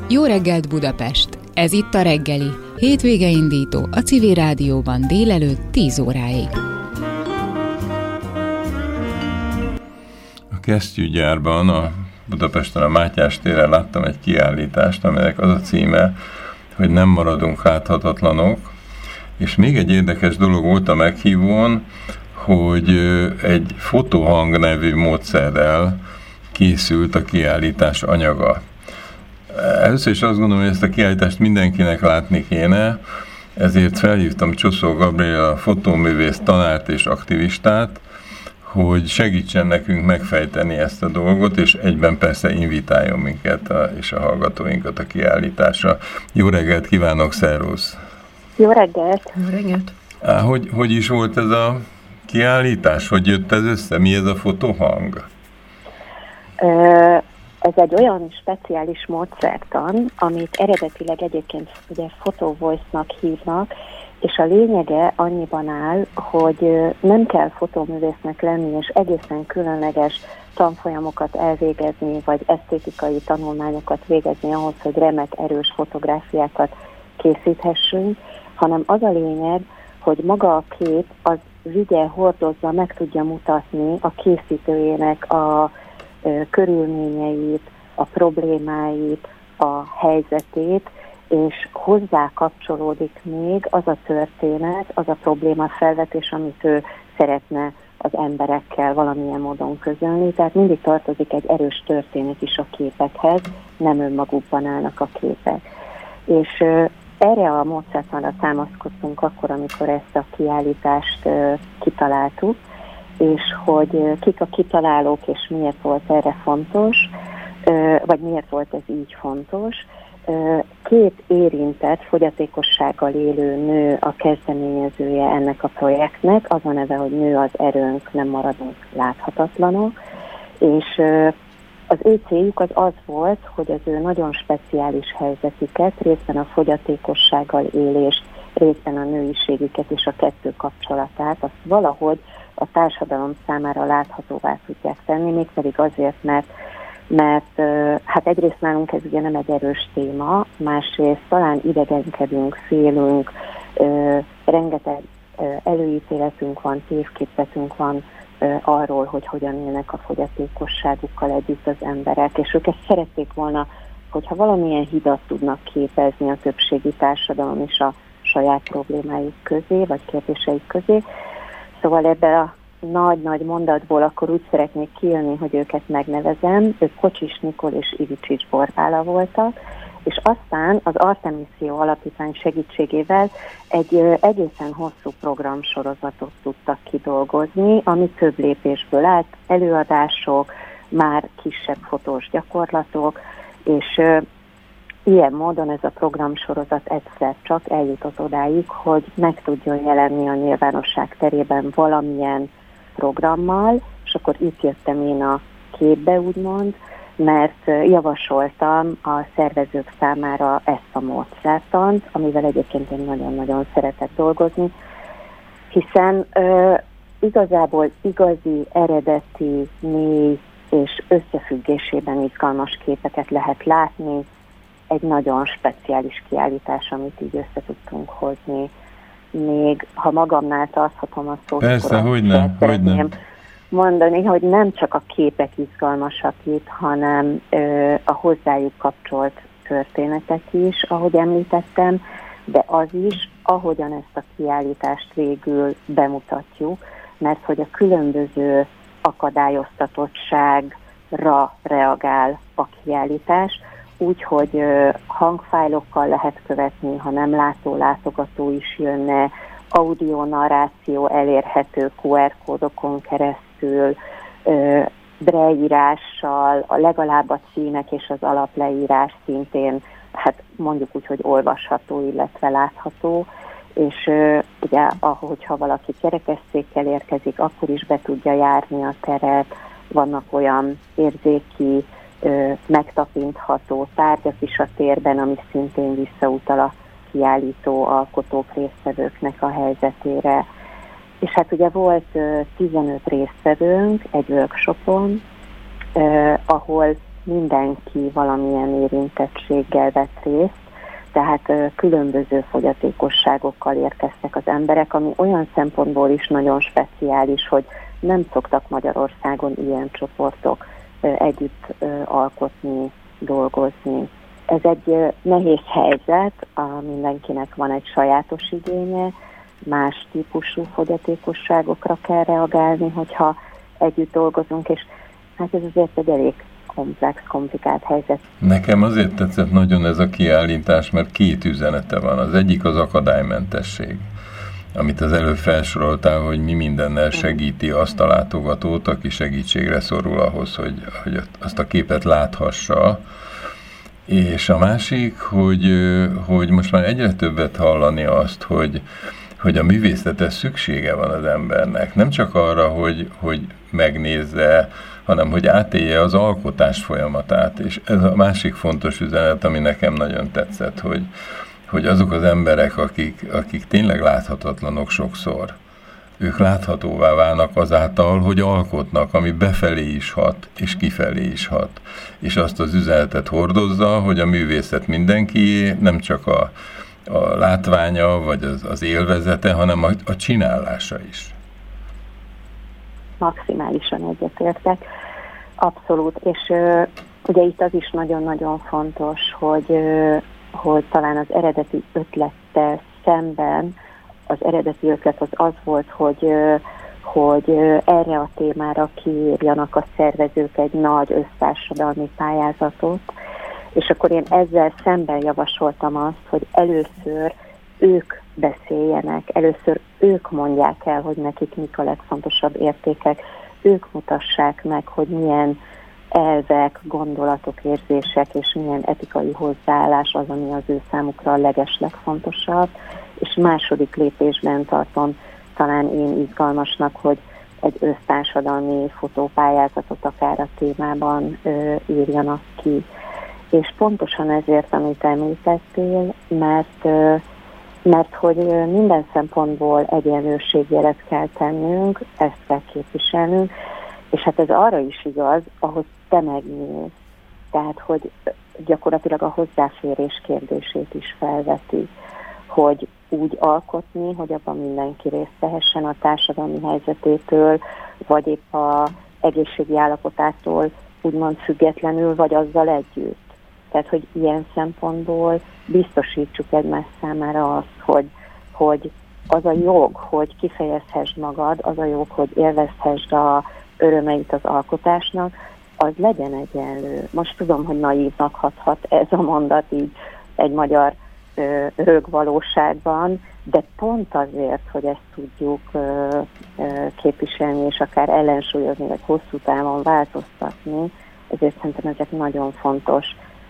Jó reggelt Budapest! Ez itt a reggeli, hétvége indító a Civil Rádióban délelőtt 10 óráig. A kesztyűgyárban, a Budapesten a Mátyás téren láttam egy kiállítást, amelynek az a címe, hogy nem maradunk láthatatlanok, és még egy érdekes dolog volt a meghívón, hogy egy fotohang nevű módszerrel készült a kiállítás anyaga. Először is azt gondolom, hogy ezt a kiállítást mindenkinek látni kéne, ezért felhívtam Csoszó Gabriella fotóművész tanárt és aktivistát, hogy segítsen nekünk megfejteni ezt a dolgot, és egyben persze invitáljon minket és a hallgatóinkat a kiállításra. Jó reggelt kívánok, szervusz! Jó reggelt! Jó reggelt! Hogy is volt ez a kiállítás? Hogy jött ez össze? Mi ez a fotohang? Ez egy olyan speciális módszertan, amit eredetileg egyébként ugye Photo Voice-nak hívnak, és a lényege annyiban áll, hogy nem kell fotóművésznek lenni, és egészen különleges tanfolyamokat elvégezni, vagy esztétikai tanulmányokat végezni ahhoz, hogy remek, erős fotográfiákat készíthessünk, hanem az a lényeg, hogy maga a kép az vigye, hordozza, meg tudja mutatni a készítőjének a körülményeit, a problémáit, a helyzetét, és hozzá kapcsolódik még az a történet, az a probléma felvetés, amit ő szeretne az emberekkel valamilyen módon közölni. Tehát mindig tartozik egy erős történet is a képekhez, nem önmagukban állnak a képek. És erre a módszertanra támaszkodtunk akkor, amikor ezt a kiállítást kitaláltuk, és hogy kik a kitalálók, és miért volt erre fontos, vagy miért volt ez így fontos. Két érintett, fogyatékossággal élő nő a kezdeményezője ennek a projektnek, az a neve, hogy Nő az erőnk, nem maradunk láthatatlanok, és az ő céljuk az volt, hogy az ő nagyon speciális helyzetüket, részben a fogyatékossággal élést, részben a nőiségüket és a kettő kapcsolatát, azt valahogy a társadalom számára láthatóvá tudják tenni, mégpedig azért, mert hát egyrészt nálunk ez ugye nem egy erős téma, másrészt talán idegenkedünk, félünk, rengeteg előítéletünk van, tévképzetünk van arról, hogy hogyan élnek a fogyatékosságukkal együtt az emberek, és ők ezt szerették volna, hogyha valamilyen hidat tudnak képezni a többségi társadalom és a saját problémáik közé, vagy kérdéseik közé. Szóval ebben a nagy-nagy mondatból akkor úgy szeretnék kijönni, hogy őket megnevezem. Ők Kocsis Nikol és Ivicsics Borbála voltak, és aztán az Artemiszió Alapítvány segítségével egy egészen hosszú programsorozatot tudtak kidolgozni, ami több lépésből állt, előadások, már kisebb fotós gyakorlatok, és ilyen módon ez a programsorozat egyszer csak eljutott odáig, hogy meg tudjon jelenni a nyilvánosság terében valamilyen programmal, és akkor itt jöttem én a képbe, úgymond, mert javasoltam a szervezők számára ezt a módszertant, amivel egyébként én nagyon-nagyon szeretek dolgozni, hiszen igazából igazi, eredeti, mély és összefüggésében izgalmas képeket lehet látni, egy nagyon speciális kiállítás, amit így össze tudtunk hozni. Még ha magamnál tarthatom a szót, persze, hogy nem. Mondani, hogy nem csak a képek izgalmasak itt, hanem a hozzájuk kapcsolt történetek is, ahogy említettem, de az is, ahogyan ezt a kiállítást végül bemutatjuk, mert hogy a különböző akadályoztatottságra reagál a kiállítás, úgyhogy hangfájlokkal lehet követni, ha nem látó látogató is jönne, audionarráció elérhető QR kódokon keresztül, braille-írással, legalább a címek és az alapleírás szintén, hát mondjuk úgy, hogy olvasható, illetve látható, és ugye, ahogyha valaki kerekesszékkel érkezik, akkor is be tudja járni a teret, vannak olyan érzéki, megtapintható tárgyak is a térben, ami szintén visszautal a kiállító alkotók, résztvevőknek a helyzetére. És hát ugye volt 15 résztvevőnk egy workshopon, ahol mindenki valamilyen érintettséggel vett részt, tehát különböző fogyatékosságokkal érkeztek az emberek, ami olyan szempontból is nagyon speciális, hogy nem szoktak Magyarországon ilyen csoportok együtt alkotni, dolgozni. Ez egy nehéz helyzet, mindenkinek van egy sajátos igénye, más típusú fogyatékosságokra kell reagálni, hogyha együtt dolgozunk, és hát ez azért egy elég komplex, komplikált helyzet. Nekem azért tetszett nagyon ez a kiállítás, mert két üzenete van. Az egyik az akadálymentesség, amit az előbb felsoroltál, hogy mi mindennel segíti azt a látogatót, aki segítségre szorul ahhoz, hogy azt a képet láthassa. És a másik, hogy most már egyre többet hallani azt, hogy a művészetre szüksége van az embernek. Nem csak arra, hogy megnézze, hanem hogy átélje az alkotás folyamatát. És ez a másik fontos üzenet, ami nekem nagyon tetszett, hogy azok az emberek, akik tényleg láthatatlanok sokszor, ők láthatóvá válnak azáltal, hogy alkotnak, ami befelé is hat, és kifelé is hat. És azt az üzenetet hordozza, hogy a művészet mindenkié, nem csak a látványa, vagy az élvezete, hanem a csinálása is. Maximálisan egyetértek. Abszolút. És ugye itt az is nagyon-nagyon fontos, hogy talán az eredeti ötlettel szemben, az eredeti ötlet az volt, hogy erre a témára kiírjanak a szervezők egy nagy össztársadalmi pályázatot, és akkor én ezzel szemben javasoltam azt, hogy először ők beszéljenek, először ők mondják el, hogy nekik mik a legfontosabb értékek, ők mutassák meg, hogy milyen elvek, gondolatok, érzések és milyen etikai hozzáállás az, ami az ő számukra a legeslegfontosabb, és második lépésben tartom talán én izgalmasnak, hogy egy össztársadalmi fotópályázatot akár a témában írjanak ki. És pontosan ezért, amit említettél, mert hogy minden szempontból egyenlőségjelet kell tennünk, ezt kell képviselnünk, és hát ez arra is igaz, ahogy te megnéz. Tehát, hogy gyakorlatilag a hozzáférés kérdését is felveti, hogy úgy alkotni, hogy abban mindenki részt vehessen a társadalmi helyzetétől, vagy épp az egészségi állapotától úgymond függetlenül, vagy azzal együtt. Tehát, hogy ilyen szempontból biztosítsuk egymás számára azt, hogy az a jog, hogy kifejezhessd magad, az a jog, hogy élvezhessd a örömeit az alkotásnak, az legyen egyenlő. Most tudom, hogy naívnak hathat ez a mondat így egy magyar rögvalóságban, de pont azért, hogy ezt tudjuk képviselni, és akár ellensúlyozni, vagy hosszú távon változtatni, ezért szerintem ezek nagyon fontos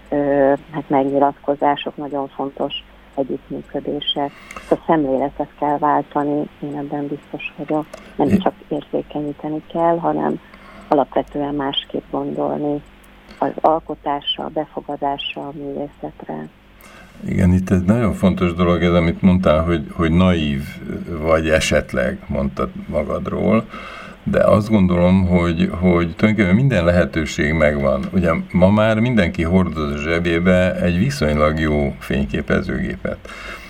megnyilatkozások, nagyon fontos együttműködések. A szemléletet kell váltani, én ebben biztos vagyok. Nem csak érzékenyíteni kell, hanem alapvetően másképp gondolni az alkotásra, a befogadásra, a művészetre. Igen, itt egy nagyon fontos dolog ez, amit mondtál, hogy naív vagy esetleg, mondtad magadról, de azt gondolom, hogy tulajdonképpen minden lehetőség megvan. Ugye ma már mindenki hordoz a zsebébe egy viszonylag jó fényképezőgépet.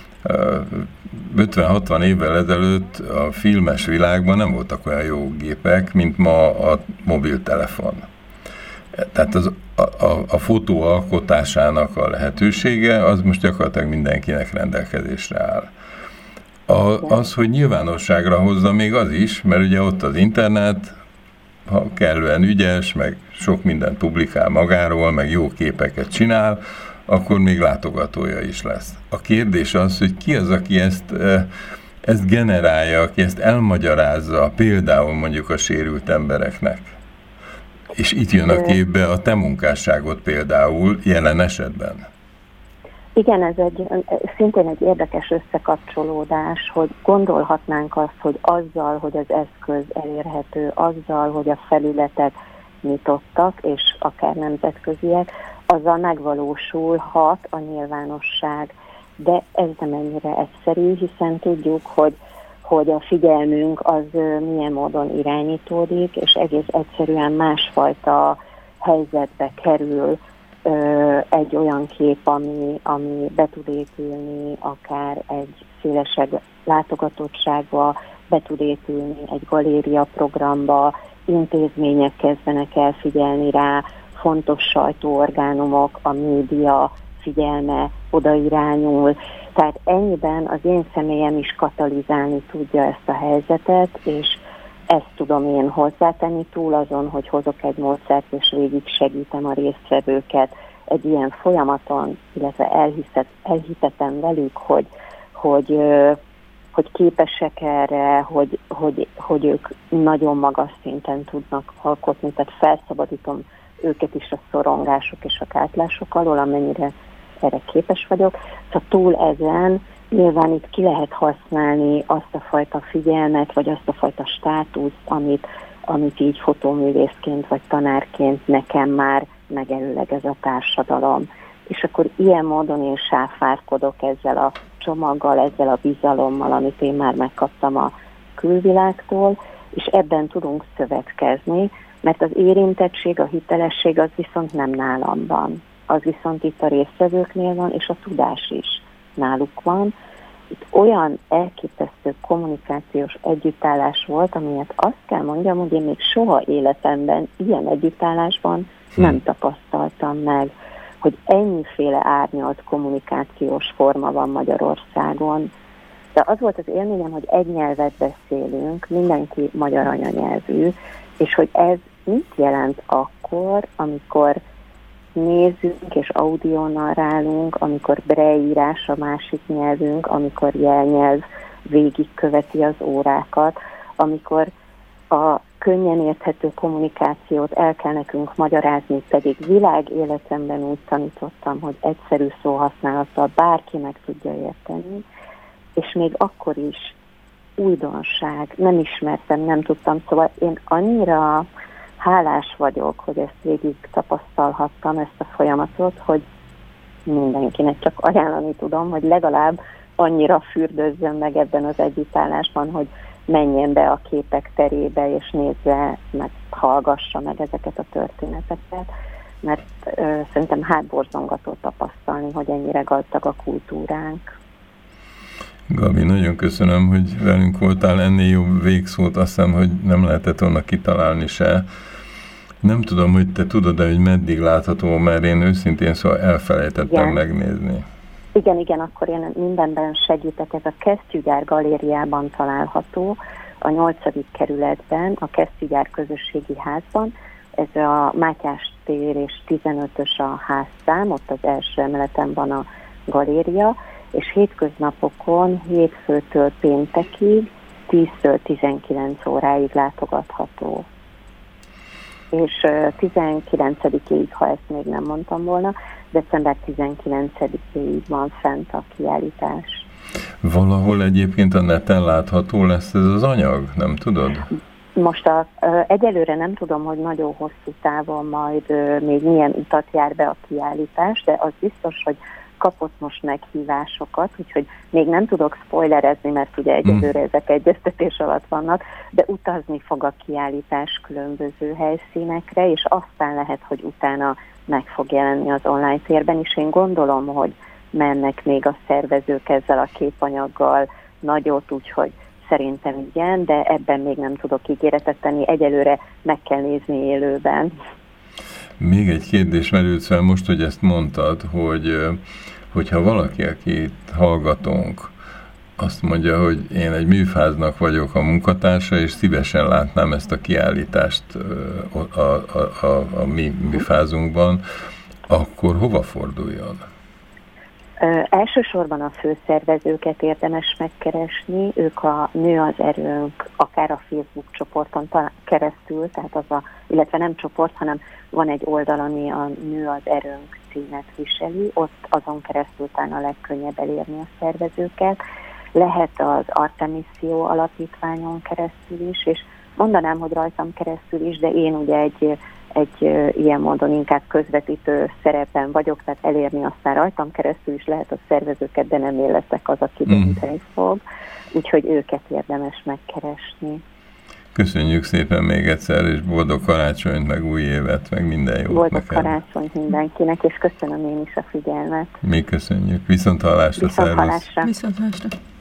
50-60 évvel ezelőtt a filmes világban nem voltak olyan jó gépek, mint ma a mobiltelefon. Tehát a fotó alkotásának a lehetősége, az most gyakorlatilag mindenkinek rendelkezésre áll. Az, hogy nyilvánosságra hozza, még az is, mert ugye ott az internet, ha kellően ügyes, meg sok mindent publikál magáról, meg jó képeket csinál, akkor még látogatója is lesz. A kérdés az, hogy ki az, aki ezt generálja, aki ezt elmagyarázza, például mondjuk a sérült embereknek. És itt jön a képbe a te munkásságot például jelen esetben. Igen, ez szintén egy érdekes összekapcsolódás, hogy gondolhatnánk azt, hogy azzal, hogy az eszköz elérhető, azzal, hogy a felületek nyitottak, és akár nemzetköziek, azzal megvalósulhat a nyilvánosság. De ez nem ennyire egyszerű, hiszen tudjuk, hogy a figyelmünk az milyen módon irányítódik, és egész egyszerűen másfajta helyzetbe kerül egy olyan kép, ami be tud épülni akár egy szélesebb látogatottságba, be tud épülni egy galéria programba, intézmények kezdenek el figyelni rá, fontos sajtóorgánumok, a média figyelme oda irányul. Tehát ennyiben az én személyem is katalizálni tudja ezt a helyzetet, és ezt tudom én hozzátenni túl azon, hogy hozok egy módszert, és végig segítem a résztvevőket egy ilyen folyamaton, illetve elhitetem velük, hogy képesek erre, hogy ők nagyon magas szinten tudnak alkotni, tehát felszabadítom őket is a szorongások és a gátlások alól, amennyire erre képes vagyok. Szóval túl ezen nyilván itt ki lehet használni azt a fajta figyelmet, vagy azt a fajta státuszt, amit így fotóművészként vagy tanárként nekem már megelőlegez a társadalom. És akkor ilyen módon én sáfárkodok ezzel a csomaggal, ezzel a bizalommal, amit én már megkaptam a külvilágtól, és ebben tudunk szövetkezni, mert az érintettség, a hitelesség az viszont nem nálam van. Az viszont itt a résztvevőknél van, és a tudás is náluk van. Itt olyan elképesztő kommunikációs együttállás volt, amilyet azt kell mondjam, hogy én még soha életemben ilyen együttállásban nem tapasztaltam meg, hogy ennyiféle árnyalt kommunikációs forma van Magyarországon. De az volt az élményem, hogy egy nyelvet beszélünk, mindenki magyar anyanyelvű, és hogy ez mit jelent akkor, amikor nézünk és audionarrálunk, amikor braille-írás a másik nyelvünk, amikor jelnyelv végigköveti az órákat, amikor a könnyen érthető kommunikációt el kell nekünk magyarázni, pedig világéletemben úgy tanítottam, hogy egyszerű szóhasználattal bárki meg tudja érteni, és még akkor is újdonság, nem ismertem, nem tudtam, szóval én annyira hálás vagyok, hogy ezt végig tapasztalhattam, ezt a folyamatot, hogy mindenkinek csak ajánlani tudom, hogy legalább annyira fürdőzzön meg ebben az együttállásban, hogy menjen be a képek terébe, és nézze, meg hallgassa meg ezeket a történeteket, mert szerintem hátborzongató tapasztalni, hogy ennyire gazdag a kultúránk. Gabi, nagyon köszönöm, hogy velünk voltál, ennél jobb végszót azt hiszem, hogy nem lehetett volna kitalálni se. Nem tudom, hogy te tudod-e, hogy meddig látható, mert én őszintén szóval elfelejtettem megnézni. Igen, akkor én mindenben segítek. Ez a Kesztyűgyár galériában található, a 8. kerületben, a Kesztyűgyár közösségi házban. Ez a Mátyás tér és 15-ös a házszám, ott az első emeleten van a galéria, és hétköznapokon, hétfőtől péntekig, 10-től 19 óráig látogatható. És 19-ig, ha ezt még nem mondtam volna, december 19-ig van fent a kiállítás. Valahol egyébként a neten látható lesz ez az anyag, nem tudod? Most egyelőre nem tudom, hogy nagyon hosszú távon majd még milyen utat jár be a kiállítás, de az biztos, hogy kapott most meghívásokat, úgyhogy még nem tudok spoilerezni, mert ugye egyelőre ezek egyeztetés alatt vannak, de utazni fog a kiállítás különböző helyszínekre, és aztán lehet, hogy utána meg fog jelenni az online térben, és én gondolom, hogy mennek még a szervezők ezzel a képanyaggal nagyot, úgyhogy szerintem igen, de ebben még nem tudok ígéretet tenni, egyelőre meg kell nézni élőben. Még egy kérdés merült fel most, hogy ezt mondtad, hogyha valaki, akit hallgatunk, azt mondja, hogy én egy műfáznak vagyok a munkatársa, és szívesen látnám ezt a kiállítást a mi műfázunkban, akkor hova forduljon? Elsősorban a főszervezőket érdemes megkeresni, ők a Nő az Erőnk, akár a Facebook csoporton keresztül, tehát illetve nem csoport, hanem van egy oldal, ami a Nő az Erőnk címet viseli, ott azon keresztül talán a legkönnyebb elérni a szervezőket. Lehet az Artemisszió alapítványon keresztül is, és mondanám, hogy rajtam keresztül is, de én ugye egy ilyen módon inkább közvetítő szerepben vagyok, tehát elérni aztán rajtam keresztül is lehet a szervezőket, de nem én leszek az, aki dönteni fog, úgyhogy őket érdemes megkeresni. Köszönjük szépen még egyszer, és boldog karácsonyt, meg új évet, meg minden jót boldog neked. Karácsonyt mindenkinek, és köszönöm én is a figyelmet. Mi köszönjük. Viszonthallásra. Viszonthallásra. Viszonthallásra.